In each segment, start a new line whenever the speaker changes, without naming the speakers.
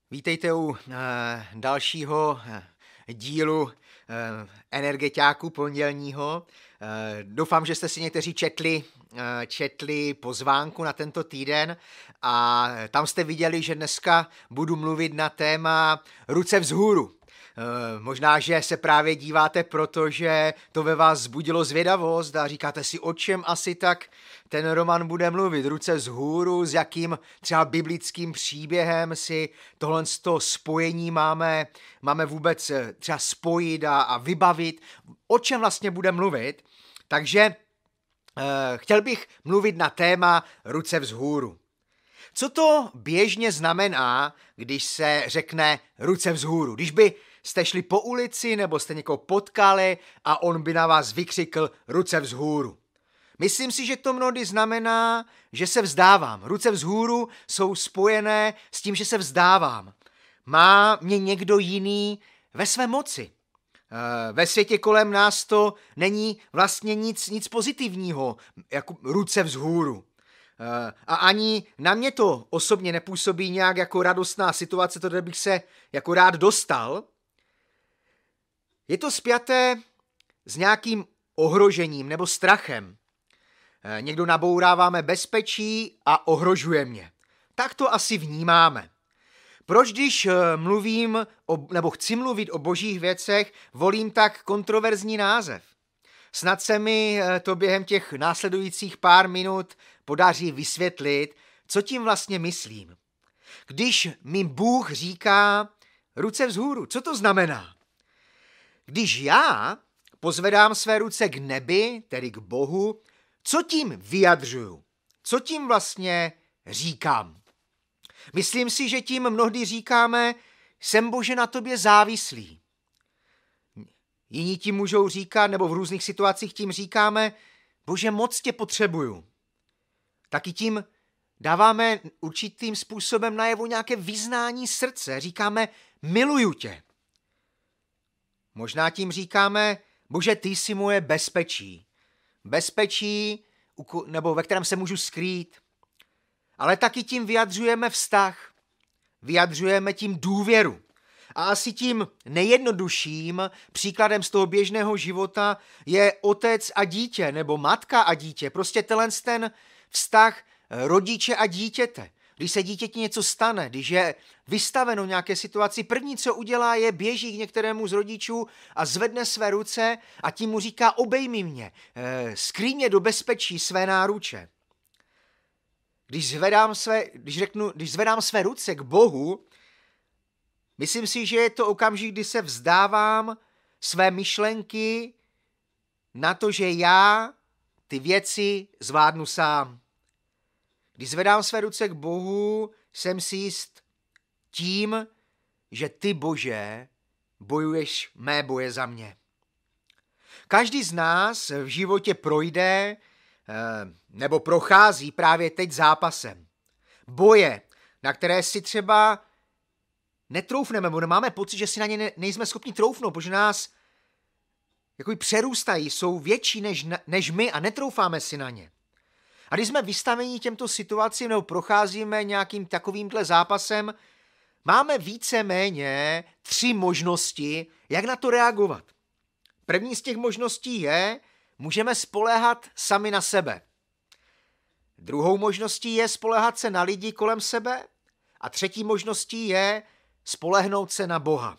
Vítejte u dalšího dílu Energetiáku pondělního. Doufám, že jste si někteří četli pozvánku na tento týden a tam jste viděli, že dneska budu mluvit na téma ruce vzhůru. Možná, že se právě díváte, protože to ve vás vzbudilo zvědavost a říkáte si, o čem asi tak ten Roman bude mluvit. Ruce vzhůru, s jakým třeba biblickým příběhem si tohle spojení máme vůbec třeba spojit a vybavit. O čem vlastně bude mluvit? Takže chtěl bych mluvit na téma ruce vzhůru. Co to běžně znamená, když se řekne ruce vzhůru? Když by jste šli po ulici nebo jste někoho potkali a on by na vás vykřikl ruce vzhůru. Myslím si, že to mnohdy znamená, že se vzdávám. Ruce vzhůru jsou spojené s tím, že se vzdávám. Má mě někdo jiný ve své moci. Ve světě kolem nás to není vlastně nic pozitivního, jako ruce vzhůru. A ani na mě to osobně nepůsobí nějak jako radostná situace, to bych se jako rád dostal. Je to spjaté s nějakým ohrožením nebo strachem. Někdo nabouráváme bezpečí a ohrožuje mě. Tak to asi vnímáme. Proč, když chci mluvit o božích věcech, volím tak kontroverzní název? Snad se mi to během těch následujících pár minut podaří vysvětlit, co tím vlastně myslím. Když mi Bůh říká ruce vzhůru, co to znamená? Když já pozvedám své ruce k nebi, tedy k Bohu, co tím vyjadřuju? Co tím vlastně říkám? Myslím si, že tím mnohdy říkáme, jsem Bože na tobě závislý. Jiní tím můžou říkat, nebo v různých situacích tím říkáme, Bože, moc tě potřebuju. Taky tím dáváme určitým způsobem najevo nějaké vyznání srdce. Říkáme, miluju tě. Možná tím říkáme, Bože, ty jsi moje bezpečí. Bezpečí, nebo ve kterém se můžu skrýt. Ale taky tím vyjadřujeme vztah. Vyjadřujeme tím důvěru. A asi tím nejjednodušším příkladem z toho běžného života je otec a dítě, nebo matka a dítě. Prostě ten vztah rodiče a dítěte. Když se dítěti něco stane, když je vystaveno nějaké situaci, první, co udělá, je běží k některému z rodičů a zvedne své ruce a tím mu říká, obejmi mě, skrý mě do bezpečí své náruče. Když zvedám své ruce k Bohu, myslím si, že je to okamžik, kdy se vzdávám své myšlenky na to, že já ty věci zvládnu sám. Když zvedám své ruce k Bohu, jsem si jist tím, že ty, Bože, bojuješ mé boje za mě. Každý z nás v životě projde nebo prochází právě teď zápasem. Boje, na které si třeba netroufneme, nebo nemáme pocit, že si na ně nejsme schopni troufnout, protože nás jako přerůstají, jsou větší než my a netroufáme si na ně. A když jsme vystaveni těmto situacím nebo procházíme nějakým takovýmhle zápasem, máme víceméně 3 možnosti, jak na to reagovat. První z těch možností je, můžeme spoléhat sami na sebe. Druhou možností je spoléhat se na lidi kolem sebe a třetí možností je spolehnout se na Boha.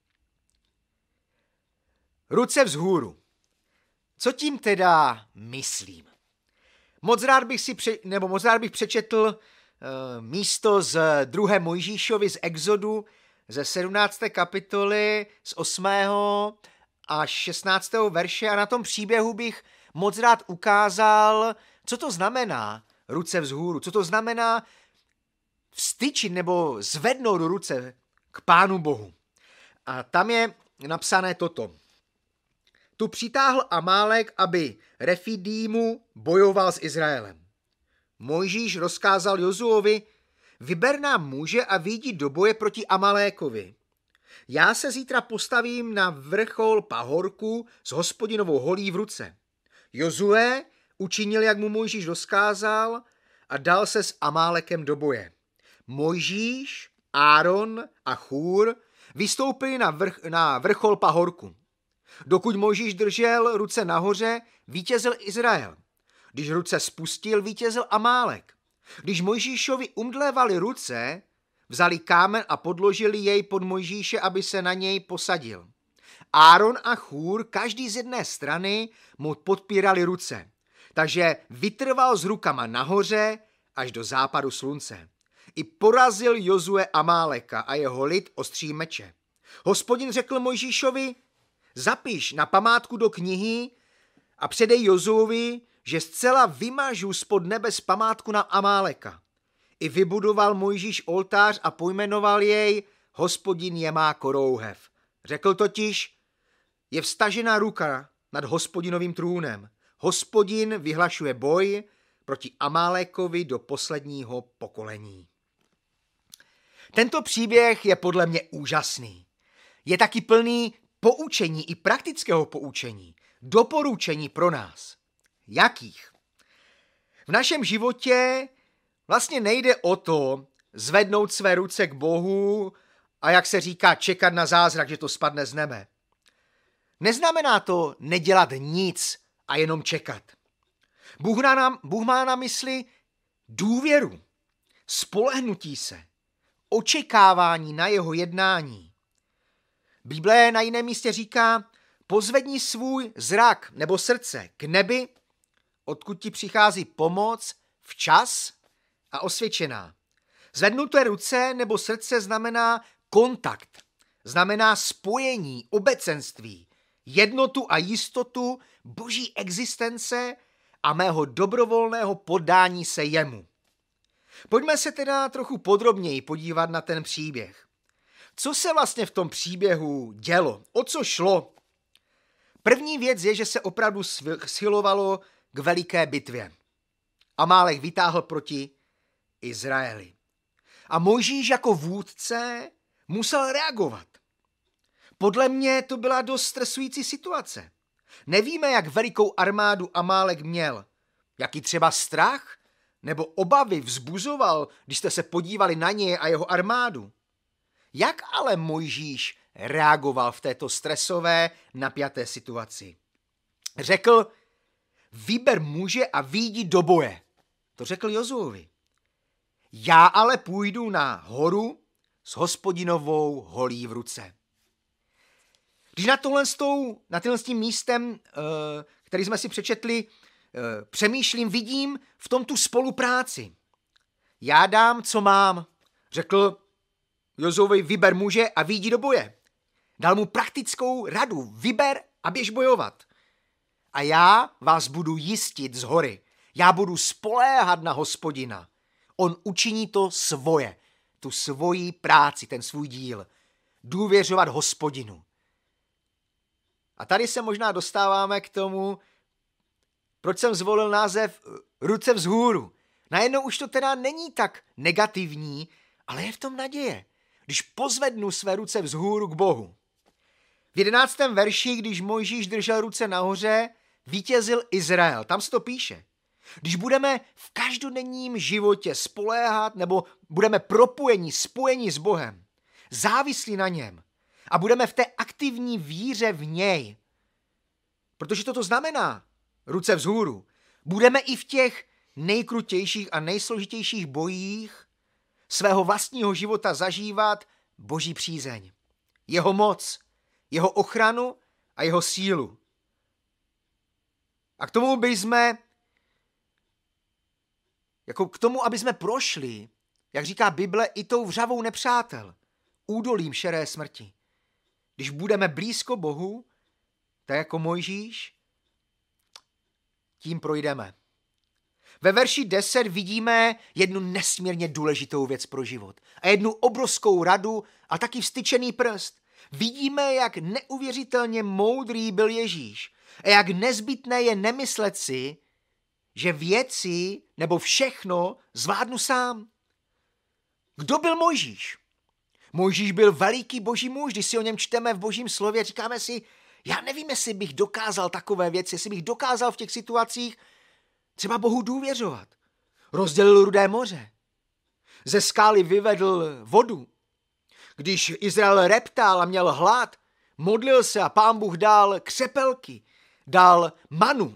Ruce vzhůru. Co tím teda myslím? Moc rád bych přečetl místo z 2. Mojžíšovi z Exodu ze 17. kapitoly z 8. až 16. verše a na tom příběhu bych moc rád ukázal, co to znamená ruce vzhůru, co to znamená vstyčit nebo zvednout ruce k Pánu Bohu. A tam je napsané toto. Tu přitáhl Amálek, aby Refidímu bojoval s Izraelem. Mojžíš rozkázal Jozuovi, vyber nám muže a vyjdi do boje proti Amalékovi. Já se zítra postavím na vrchol pahorku s Hospodinovou holí v ruce. Jozue učinil, jak mu Mojžíš rozkázal a dal se s Amálekem do boje. Mojžíš Áron a Chůr vystoupili na vrchol pahorku. Dokud Mojžíš držel ruce nahoře, vítězil Izrael. Když ruce spustil, vítězil Amálek. Když Mojžíšovi umdlévaly ruce, vzali kámen a podložili jej pod Mojžíše, aby se na něj posadil. Áron a Chůr, každý z jedné strany, mu podpírali ruce, takže vytrval s rukama nahoře až do západu slunce. I porazil Jozue Amáleka a jeho lid ostří meče. Hospodin řekl Mojžíšovi, zapiš na památku do knihy a předej Jozuovi, že zcela vymažu spod nebe z památku na Amáleka. I vybudoval Mojžíš oltář a pojmenoval jej Hospodin je má korouhev. Řekl totiž, je vstažena ruka nad Hospodinovým trůnem. Hospodin vyhlašuje boj proti Amálekovi do posledního pokolení. Tento příběh je podle mě úžasný. Je taky plný poučení i praktického poučení, doporučení pro nás. Jakých? V našem životě vlastně nejde o to zvednout své ruce k Bohu a jak se říká čekat na zázrak, že to spadne z nebe. Neznamená to nedělat nic a jenom čekat. Bůh má na mysli důvěru, spolehnutí se, očekávání na jeho jednání. Bible na jiném místě říká, pozvedni svůj zrak nebo srdce k nebi, odkud ti přichází pomoc včas a osvědčená. Zvednuté ruce nebo srdce znamená kontakt, znamená spojení, obecenství, jednotu a jistotu boží existence a mého dobrovolného poddání se jemu. Pojďme se teda trochu podrobněji podívat na ten příběh. Co se vlastně v tom příběhu dělo? O co šlo? První věc je, že se opravdu schylovalo k veliké bitvě. Amálek vytáhl proti Izraeli. A Mojžíš jako vůdce musel reagovat. Podle mě to byla dost stresující situace. Nevíme, jak velikou armádu Amálek měl. Jaký třeba strach nebo obavy vzbuzoval, když jste se podívali na něj a jeho armádu. Jak ale Mojžíš reagoval v této stresové, napjaté situaci? Řekl, vyber muže a vyjdi do boje. To řekl Jozuovi. Já ale půjdu na horu s Hospodinovou holí v ruce. Když na tímhle místem, který jsme si přečetli, přemýšlím, vidím v tom tu spolupráci. Já dám, co mám. Řekl Jozuovi, vyber muže a vyjdi do boje. Dal mu praktickou radu, vyber a běž bojovat. A já vás budu jistit z hory. Já budu spoléhat na Hospodina. On učiní to svoje, tu svoji práci, ten svůj díl. Důvěřovat Hospodinu. A tady se možná dostáváme k tomu, proč jsem zvolil název Ruce vzhůru. Najednou už to teda není tak negativní, ale je v tom naděje, když pozvednu své ruce vzhůru k Bohu. V 11. verši, když Mojžíš držel ruce nahoře, vítězil Izrael. Tam se to píše. Když budeme v každodenním životě spoléhat nebo budeme propojeni, spojeni s Bohem, závislí na něm a budeme v té aktivní víře v něj, protože toto znamená ruce vzhůru, budeme i v těch nejkrutějších a nejsložitějších bojích svého vlastního života zažívat Boží přízeň, jeho moc, jeho ochranu a jeho sílu. A k tomu, aby jsme prošli, jak říká Bible, i tou vřavou nepřátel, údolím šeré smrti. Když budeme blízko Bohu, tak jako Mojžíš, tím projdeme. Ve verši 10 vidíme jednu nesmírně důležitou věc pro život a jednu obrovskou radu a taky vztyčený prst. Vidíme, jak neuvěřitelně moudrý byl Ježíš a jak nezbytné je nemyslet si, že věci nebo všechno zvládnu sám. Kdo byl Mojžíš? Mojžíš byl veliký boží muž, když si o něm čteme v božím slově, říkáme si, já nevím, jestli bych dokázal takové věci, jestli bych dokázal v těch situacích třeba Bohu důvěřovat. Rozdělil Rudé moře. Ze skály vyvedl vodu, Když Izrael reptal a měl hlad, modlil se a Pán Bůh dal křepelky, dal manu.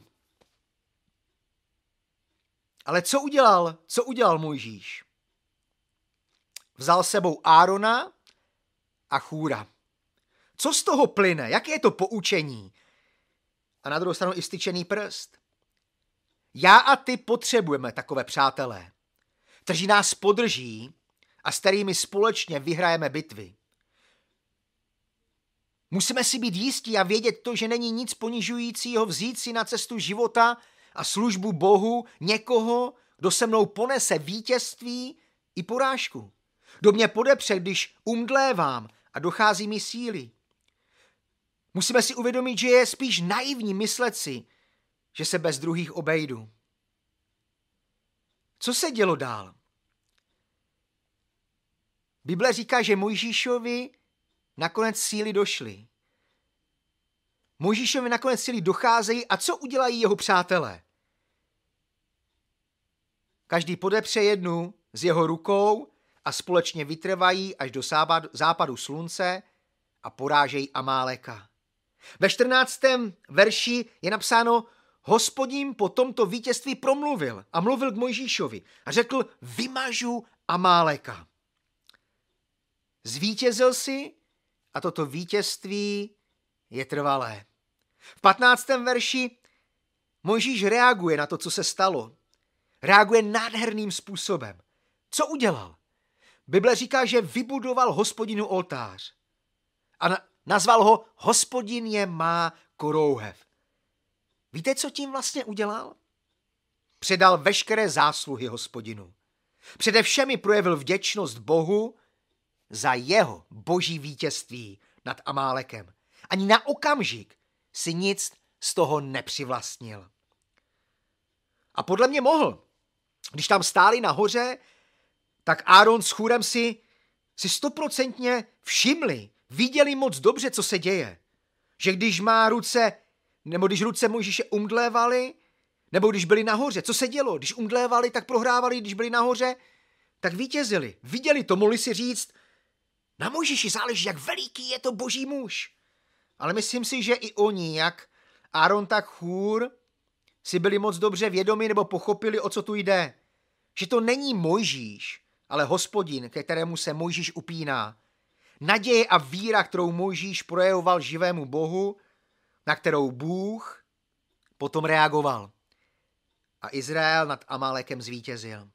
Ale co udělal? Co udělal Mojžíš? Vzal s sebou Árona a Chúra. Co z toho plyne? Jaké je to poučení? A na druhou stranu i styčený prst. Já a ty potřebujeme takové přátelé, kteří nás podrží a s kterými společně vyhrajeme bitvy. Musíme si být jistí a vědět to, že není nic ponižujícího vzít si na cestu života a službu Bohu někoho, kdo se mnou ponese vítězství i porážku. Kdo mě podepře, když umdlévám a dochází mi síly. Musíme si uvědomit, že je spíš naivní myslet si, že se bez druhých obejdu. Co se dělo dál? Bible říká, že Mojžíšovi nakonec síly došly. Mojžíšovi nakonec síly docházejí a co udělají jeho přátelé? Každý podepře jednu z jeho rukou a společně vytrvají až do západu slunce a porážejí Amáleka. Ve 14. verši je napsáno: Hospodin po tomto vítězství promluvil a mluvil k Mojžíšovi a řekl: vymažu Amáleka. Zvítězil si a toto vítězství je trvalé. V 15. verši Mojžíš reaguje na to, co se stalo. Reaguje nádherným způsobem. Co udělal? Bible říká, že vybudoval Hospodinu oltář a nazval ho Hospodin je má korouhev. Víte, co tím vlastně udělal? Předal veškeré zásluhy Hospodinu. Především projevil vděčnost Bohu za jeho boží vítězství nad Amálekem. Ani na okamžik si nic z toho nepřivlastnil. A podle mě mohl. Když tam stáli nahoře, tak Áron s Chúrem si 100% všimli, viděli moc dobře, co se děje. Že když má ruce, nebo když ruce Mojžíše umdlévaly, nebo když byli nahoře, co se dělo? Když umdlévali, tak prohrávali, když byli nahoře, tak vítězili. Viděli to, mohli si říct, na Mojžíši záleží, jak veliký je to boží muž. Ale myslím si, že i oni, jak Áron, tak Chůr, si byli moc dobře vědomi nebo pochopili, o co tu jde. Že to není Mojžíš, ale Hospodin, ke kterému se Mojžíš upíná. Naděje a víra, kterou Mojžíš projevoval živému Bohu, na kterou Bůh potom reagoval. A Izrael nad Amálekem zvítězil.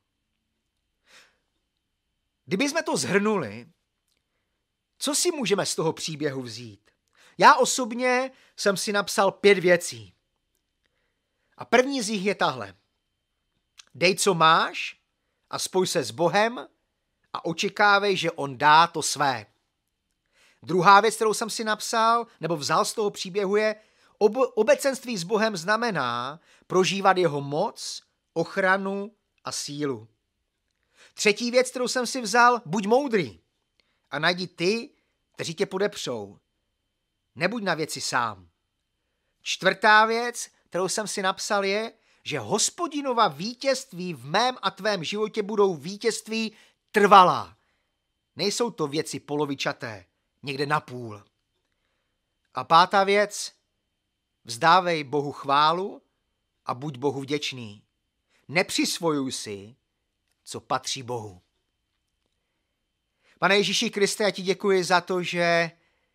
Kdybychom to shrnuli, co si můžeme z toho příběhu vzít? Já osobně jsem si napsal 5 věcí. A první z nich je tahle. Dej, co máš a spoj se s Bohem a očekávej, že on dá to své. Druhá věc, kterou jsem si napsal, nebo vzal z toho příběhu je, obecenství s Bohem znamená prožívat jeho moc, ochranu a sílu. Třetí věc, kterou jsem si vzal, buď moudrý a najdi ty, kteří tě podepřou. Nebuď na věci sám. Čtvrtá věc, kterou jsem si napsal je, že Hospodinova vítězství v mém a tvém životě budou vítězství trvalá. Nejsou to věci polovičaté, někde napůl. A pátá věc, vzdávej Bohu chválu a buď Bohu vděčný. Nepřisvojuj si, co patří Bohu. Pane Ježíši Kriste, já ti děkuji za to, že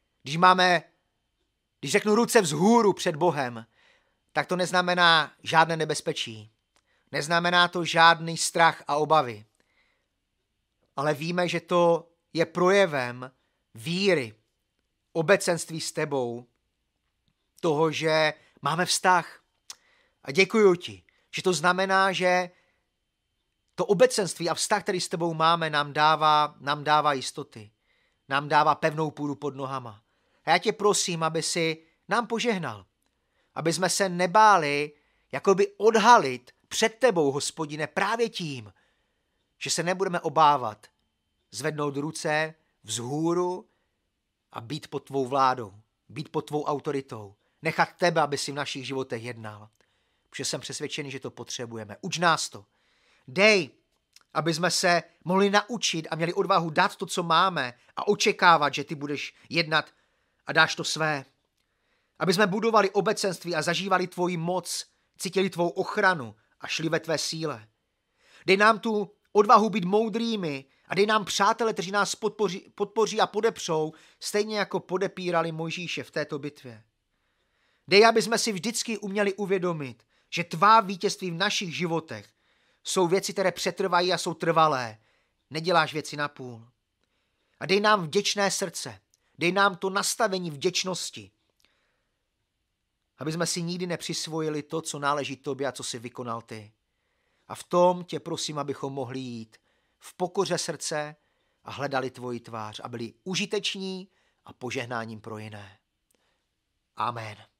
když řeknu ruce vzhůru před Bohem, tak to neznamená žádné nebezpečí. Neznamená to žádný strach a obavy. Ale víme, že to je projevem víry, obecenství s tebou, toho, že máme vztah. A děkuju ti, že to znamená, že to obecenství a vztah, který s tebou máme, nám dává jistoty. Nám dává pevnou půdu pod nohama. A já tě prosím, aby si nám požehnal. Aby jsme se nebáli jakoby odhalit před tebou, Hospodine, právě tím, že se nebudeme obávat zvednout ruce vzhůru a být pod tvou vládou, být pod tvou autoritou, nechat tebe, aby si v našich životech jednal. Protože jsem přesvědčený, že to potřebujeme. Uč nás to. Dej, Aby jsme se mohli naučit a měli odvahu dát to, co máme a očekávat, že ty budeš jednat a dáš to své. Aby jsme budovali obecenství a zažívali tvoji moc, cítili tvou ochranu a šli ve tvé síle. Dej nám tu odvahu být moudrými a dej nám přátele, kteří nás podpoří a podepřou, stejně jako podepírali Mojžíše v této bitvě. Dej, aby jsme si vždycky uměli uvědomit, že tvá vítězství v našich životech jsou věci, které přetrvají a jsou trvalé. Neděláš věci napůl. A dej nám vděčné srdce. Dej nám to nastavení vděčnosti. Aby jsme si nikdy nepřisvojili to, co náleží tobě a co si vykonal ty. A v tom tě prosím, abychom mohli jít v pokoře srdce a hledali tvoji tvář a byli užiteční a požehnáním pro jiné. Amen.